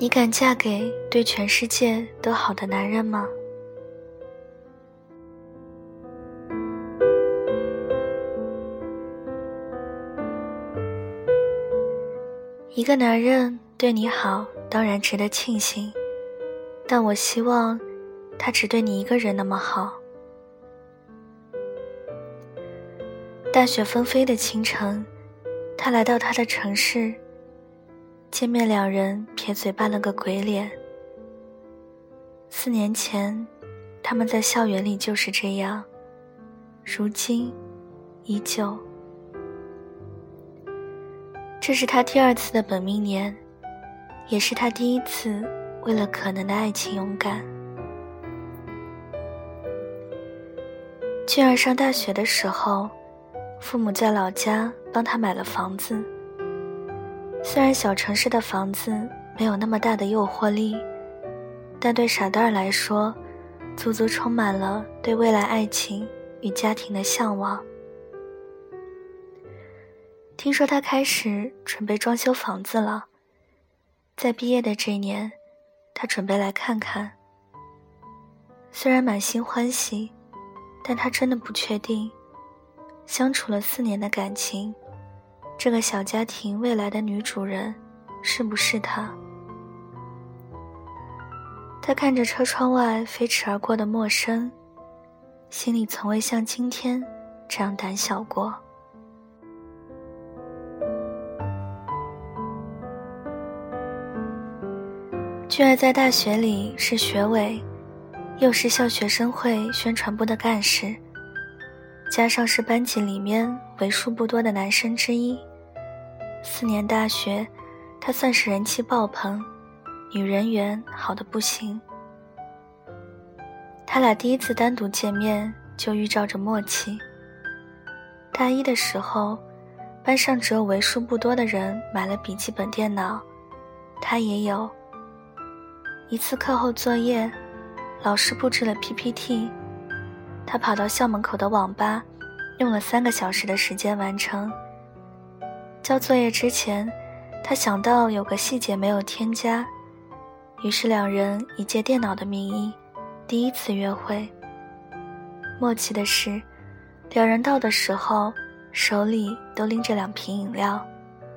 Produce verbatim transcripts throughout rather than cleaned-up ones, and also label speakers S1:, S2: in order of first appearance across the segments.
S1: 你敢嫁给对全世界都好的男人吗？一个男人对你好，当然值得庆幸，但我希望他只对你一个人那么好。大雪纷飞的清晨，他来到他的城市，见面两人撇嘴扮了个鬼脸。四年前，他们在校园里就是这样，如今依旧。这是他第二次的本命年，也是他第一次为了可能的爱情勇敢。俊儿上大学的时候，父母在老家帮他买了房子。虽然小城市的房子没有那么大的诱惑力，但对傻蛋儿来说，足足充满了对未来爱情与家庭的向往。听说他开始准备装修房子了，在毕业的这年，他准备来看看。虽然满心欢喜，但他真的不确定，相处了四年的感情，这个小家庭未来的女主人是不是他？他看着车窗外飞驰而过的陌生，心里从未像今天这样胆小过。俊儿在大学里是学委，又是校学生会宣传部的干事，加上是班级里面为数不多的男生之一。四年大学，他算是人气爆棚，女人缘好得不行。他俩第一次单独见面就预兆着默契。大一的时候，班上只有为数不多的人买了笔记本电脑，他也有。一次课后作业，老师布置了 P P T， 他跑到校门口的网吧，用了三个小时的时间完成。交作业之前，他想到有个细节没有添加，于是两人以借电脑的名义第一次约会。默契的是，两人到的时候手里都拎着两瓶饮料。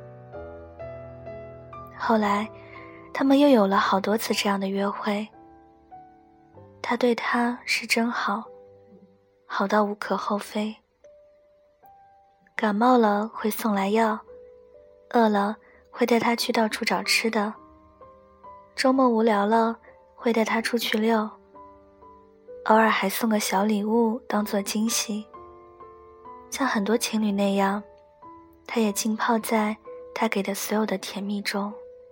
S1: 后来他们又有了好多次这样的约会。他对她是真好，好到无可厚非。感冒了会送来药，饿了会带他去到处找吃的，周末无聊了会带他出去溜，偶尔还送个小礼物当做惊喜。像很多情侣那样，他也浸泡在他给的所有的甜蜜中。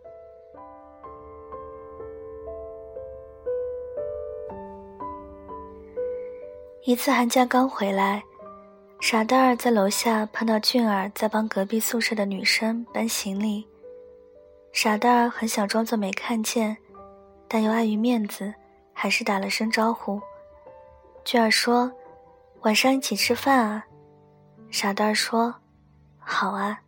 S1: 一次寒假刚回来，傻蛋儿在楼下碰到俊儿在帮隔壁宿舍的女生搬行李。傻蛋儿很想装作没看见，但又碍于面子，还是打了声招呼。俊儿说：“晚上一起吃饭啊？”傻蛋儿说：“好啊。”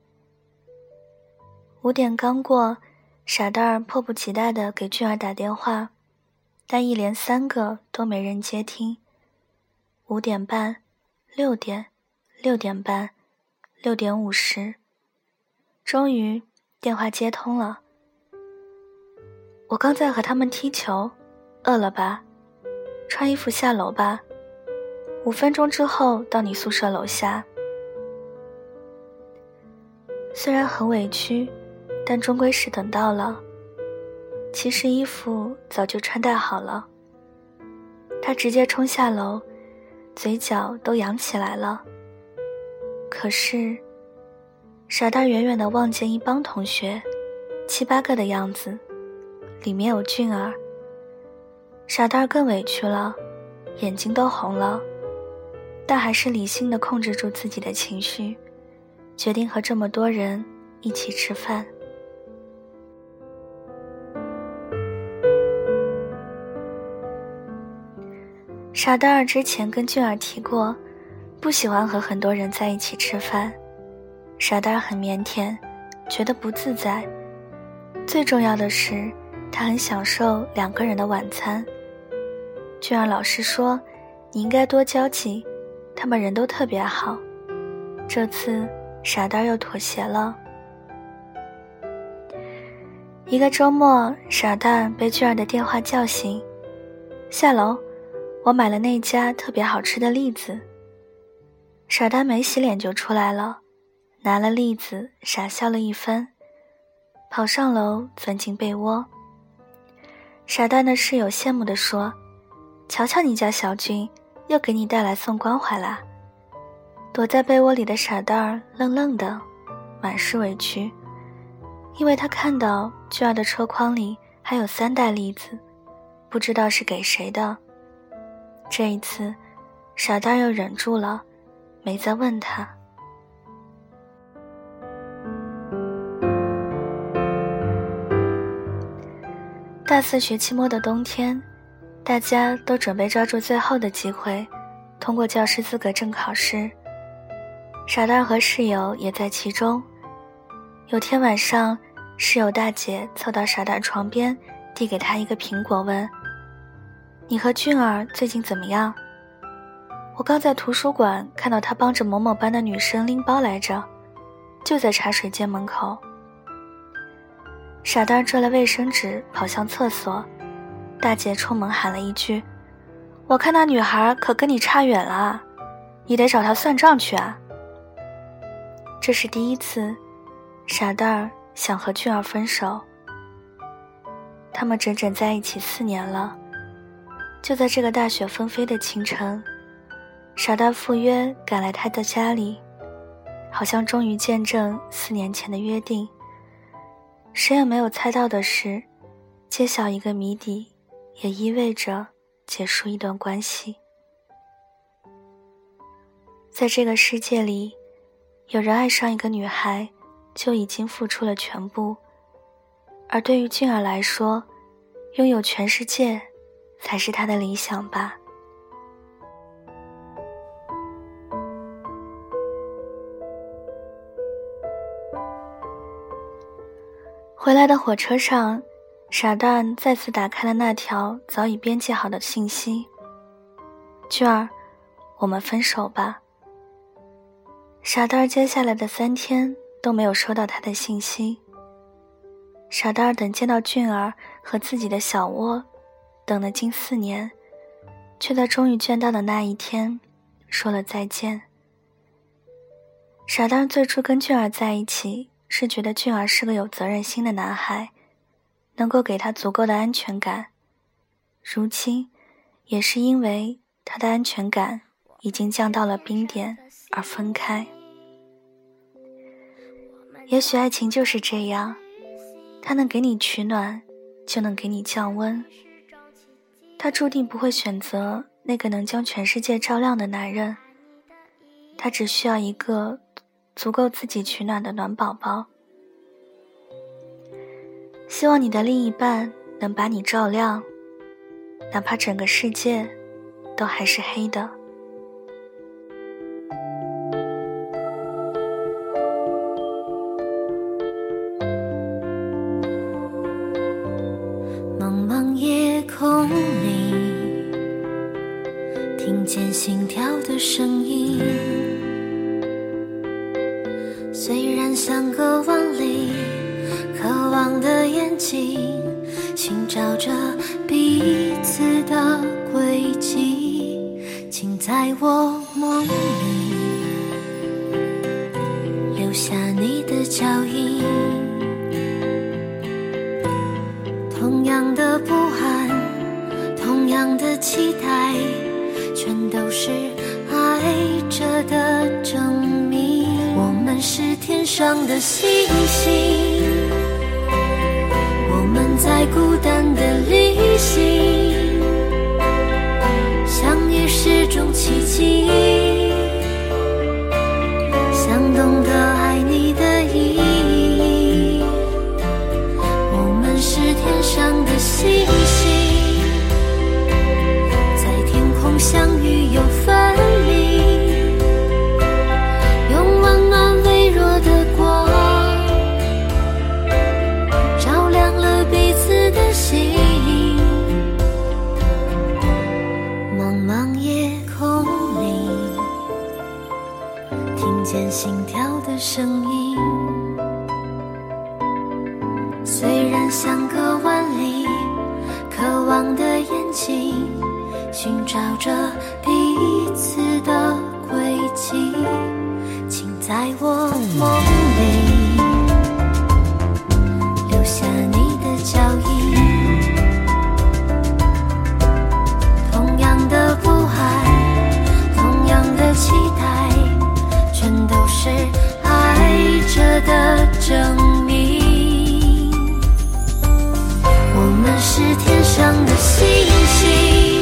S1: 五点刚过，傻蛋儿迫不及待地给俊儿打电话，但一连三个都没人接听。五点半，六点，六点半，六点五十，终于电话接通了。我刚在和他们踢球，饿了吧？穿衣服下楼吧，五分钟之后到你宿舍楼下。虽然很委屈，但终归是等到了。其实衣服早就穿戴好了。他直接冲下楼，嘴角都扬起来了。可是傻蛋远远地望见一帮同学，七八个的样子，里面有俊儿。傻蛋更委屈了，眼睛都红了，但还是理性地控制住自己的情绪，决定和这么多人一起吃饭。傻蛋儿之前跟俊儿提过，不喜欢和很多人在一起吃饭。傻蛋儿很腼腆，觉得不自在。最重要的是， 他很享受两个人的晚餐。俊儿老师说，你应该多交际，他们人都特别好。这次傻蛋又妥协了。一个周末，傻蛋被俊儿的电话叫醒，下楼，我买了那家特别好吃的栗子。傻蛋没洗脸就出来了，拿了栗子傻笑了一番，跑上楼钻进被窝。傻蛋的室友羡慕地说，瞧瞧你家小俊，又给你带来送关怀啦。躲在被窝里的傻蛋儿愣愣的，满是委屈，因为他看到俊儿的车筐里还有三袋栗子，不知道是给谁的。这一次傻蛋又忍住了，没再问他。大四学期末的冬天，大家都准备抓住最后的机会通过教师资格证考试，傻蛋和室友也在其中。有天晚上，室友大姐凑到傻蛋床边，递给他一个苹果，问，你和俊儿最近怎么样？我刚在图书馆看到他帮着某某班的女生拎包来着，就在茶水间门口。傻蛋拽了卫生纸跑向厕所，大姐冲门喊了一句，我看那女孩可跟你差远了，你得找她算账去啊。这是第一次傻蛋想和俊儿分手。他们整整在一起四年了。就在这个大雪纷飞的清晨，傻蛋赴约赶来他的家里，好像终于见证四年前的约定。谁也没有猜到的是，揭晓一个谜底也意味着结束一段关系。在这个世界里，有人爱上一个女孩就已经付出了全部，而对于俊儿来说，拥有全世界才是他的理想吧。回来的火车上，傻蛋再次打开了那条早已编辑好的信息，俊儿，我们分手吧。傻蛋接下来的三天都没有收到他的信息。傻蛋等见到俊儿和自己的小窝，等了近四年，却在终于见到的那一天说了再见。傻蛋最初跟俊儿在一起，是觉得俊儿是个有责任心的男孩，能够给他足够的安全感。如今也是因为他的安全感已经降到了冰点而分开。也许爱情就是这样，它能给你取暖，就能给你降温。他注定不会选择那个能将全世界照亮的男人，他只需要一个足够自己取暖的暖宝宝。希望你的另一半能把你照亮，哪怕整个世界都还是黑的。
S2: 茫茫夜空里，听见心跳的声音，虽然相隔万里，渴望的眼睛寻找着彼此的轨迹，请在我梦里留下你的脚印。同样的不安，同样的期待，全都是爱着的证明。我们是天上的星星，我们在孤单的旅行，相遇是种奇迹，想懂得爱你的意义。我们是天上的星星，在天空相遇又分离，用温暖微弱的光照亮了彼此的心。 在我梦里留下你的脚印，同样的不安，同样的期待，全都是爱着的证明。我们是天上的星星，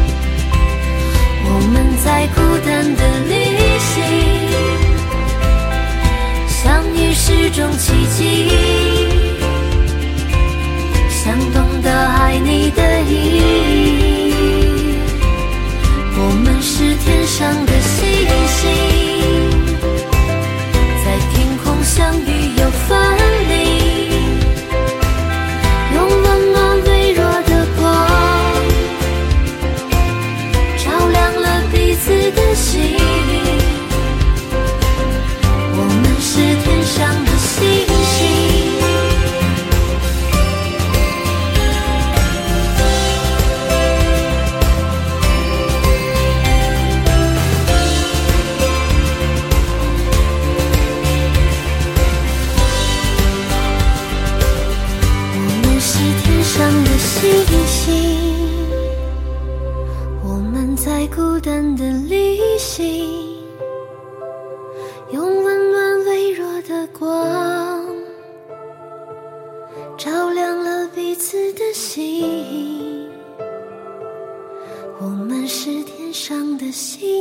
S2: 我们在孤单的旅行，相遇是种奇迹，想懂得爱你的意义。我们是天上的星星，在天空相遇又分离，用温暖微弱的光照亮了彼此的心。我们是天上的星星。星星，我们在孤单的旅行，用温暖微弱的光照亮了彼此的心。我们是天上的星